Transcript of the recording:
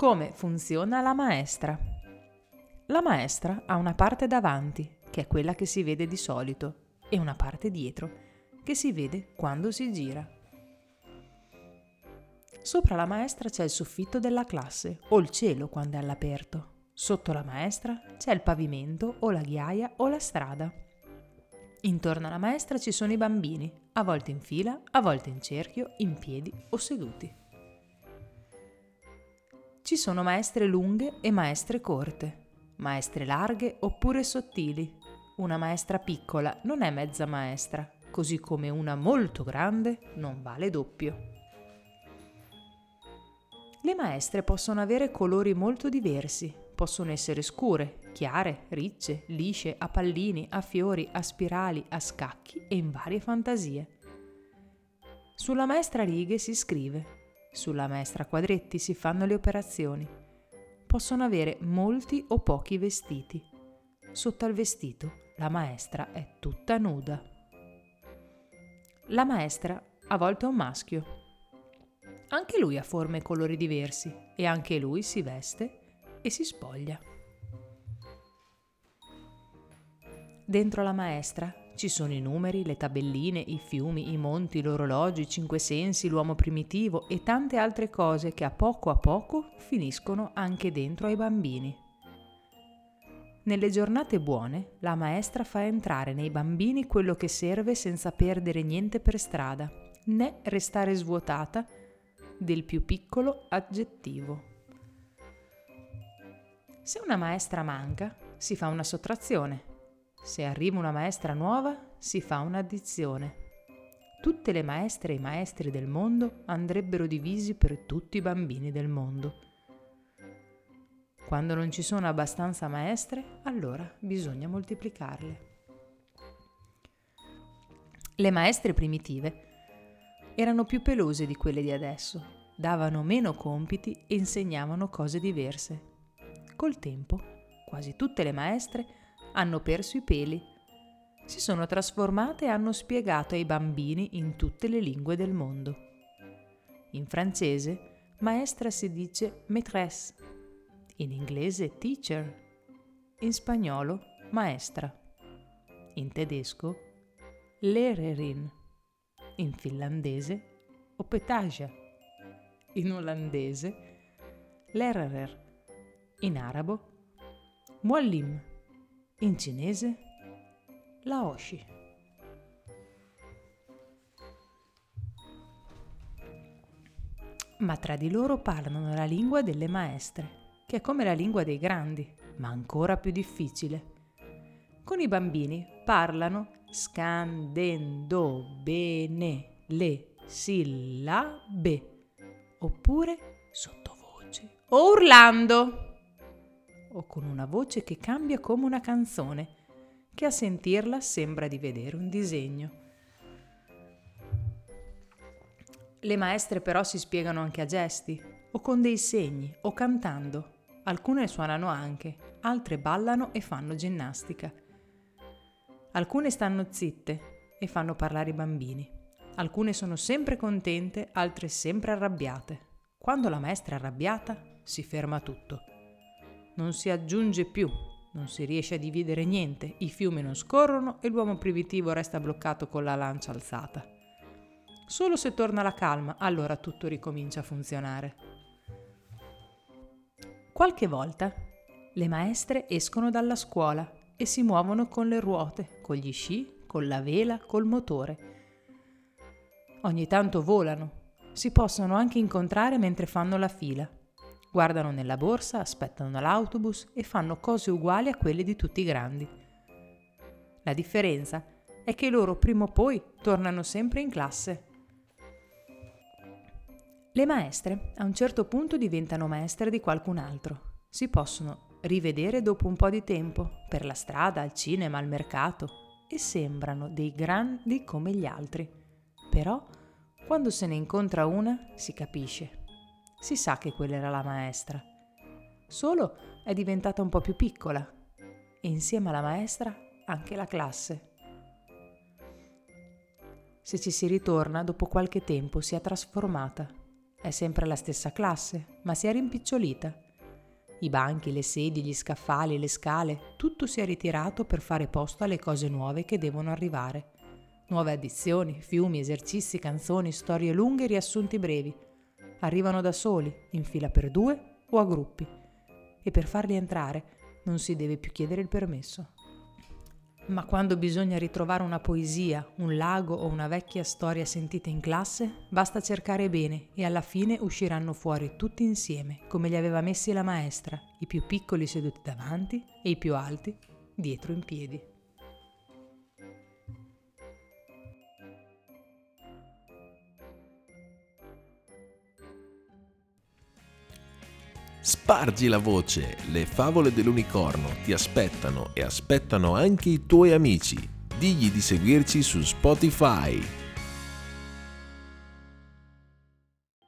Come funziona la maestra? La maestra ha una parte davanti, che è quella che si vede di solito, e una parte dietro, che si vede quando si gira. Sopra la maestra c'è il soffitto della classe o il cielo quando è all'aperto. Sotto la maestra c'è il pavimento o la ghiaia o la strada. Intorno alla maestra ci sono i bambini, a volte in fila, a volte in cerchio, in piedi o seduti. Ci sono maestre lunghe e maestre corte, maestre larghe oppure sottili. Una maestra piccola non è mezza maestra, così come una molto grande non vale doppio. Le maestre possono avere colori molto diversi, possono essere scure, chiare, ricce, lisce, a pallini, a fiori, a spirali, a scacchi e in varie fantasie. Sulla maestra righe si scrive. Sulla maestra quadretti si fanno le operazioni. Possono avere molti o pochi vestiti. Sotto al vestito la maestra è tutta nuda. La maestra a volte è un maschio. Anche lui ha forme e colori diversi e anche lui si veste e si spoglia. Dentro la maestra ci sono i numeri, le tabelline, i fiumi, i monti, l'orologio, i cinque sensi, l'uomo primitivo e tante altre cose che a poco finiscono anche dentro ai bambini. Nelle giornate buone, la maestra fa entrare nei bambini quello che serve senza perdere niente per strada, né restare svuotata del più piccolo aggettivo. Se una maestra manca, si fa una sottrazione. Se arriva una maestra nuova, si fa un'addizione. Tutte le maestre e i maestri del mondo andrebbero divisi per tutti i bambini del mondo. Quando non ci sono abbastanza maestre, allora bisogna moltiplicarle. Le maestre primitive erano più pelose di quelle di adesso, davano meno compiti e insegnavano cose diverse. Col tempo, quasi tutte le maestre hanno perso i peli, si sono trasformate e hanno spiegato ai bambini in tutte le lingue del mondo. In francese, maestra si dice maîtresse, in inglese teacher, in spagnolo maestra, in tedesco lehrerin, in finlandese opettaja, in olandese lerarer, in arabo muallim, in cinese laoshi. Ma tra di loro parlano la lingua delle maestre, che è come la lingua dei grandi, ma ancora più difficile. Con i bambini parlano scandendo bene le sillabe, oppure sottovoce o urlando, o con una voce che cambia come una canzone, che a sentirla sembra di vedere un disegno. Le maestre però si spiegano anche a gesti, o con dei segni, o cantando. Alcune suonano anche, altre ballano e fanno ginnastica. Alcune stanno zitte e fanno parlare i bambini. Alcune sono sempre contente, altre sempre arrabbiate. Quando la maestra è arrabbiata, si ferma tutto. Non si aggiunge più, non si riesce a dividere niente, i fiumi non scorrono e l'uomo primitivo resta bloccato con la lancia alzata. Solo se torna la calma, allora tutto ricomincia a funzionare. Qualche volta le maestre escono dalla scuola e si muovono con le ruote, con gli sci, con la vela, col motore. Ogni tanto volano, si possono anche incontrare mentre fanno la fila. Guardano nella borsa, aspettano l'autobus e fanno cose uguali a quelle di tutti i grandi. La differenza è che loro prima o poi tornano sempre in classe. Le maestre a un certo punto diventano maestre di qualcun altro. Si possono rivedere dopo un po' di tempo, per la strada, al cinema, al mercato, e sembrano dei grandi come gli altri. Però, quando se ne incontra una, si capisce. Si sa che quella era la maestra. Solo è diventata un po' più piccola e insieme alla maestra anche la classe. Se ci si ritorna, dopo qualche tempo si è trasformata. È sempre la stessa classe, ma si è rimpicciolita. I banchi, le sedie, gli scaffali, le scale, tutto si è ritirato per fare posto alle cose nuove che devono arrivare. Nuove addizioni, fiumi, esercizi, canzoni, storie lunghe e riassunti brevi. Arrivano da soli, in fila per 2 o a gruppi. E per farli entrare non si deve più chiedere il permesso. Ma quando bisogna ritrovare una poesia, un lago o una vecchia storia sentita in classe, basta cercare bene e alla fine usciranno fuori tutti insieme, come li aveva messi la maestra, i più piccoli seduti davanti e i più alti dietro in piedi. Spargi la voce, le favole dell'unicorno ti aspettano e aspettano anche i tuoi amici. Digli di seguirci su Spotify.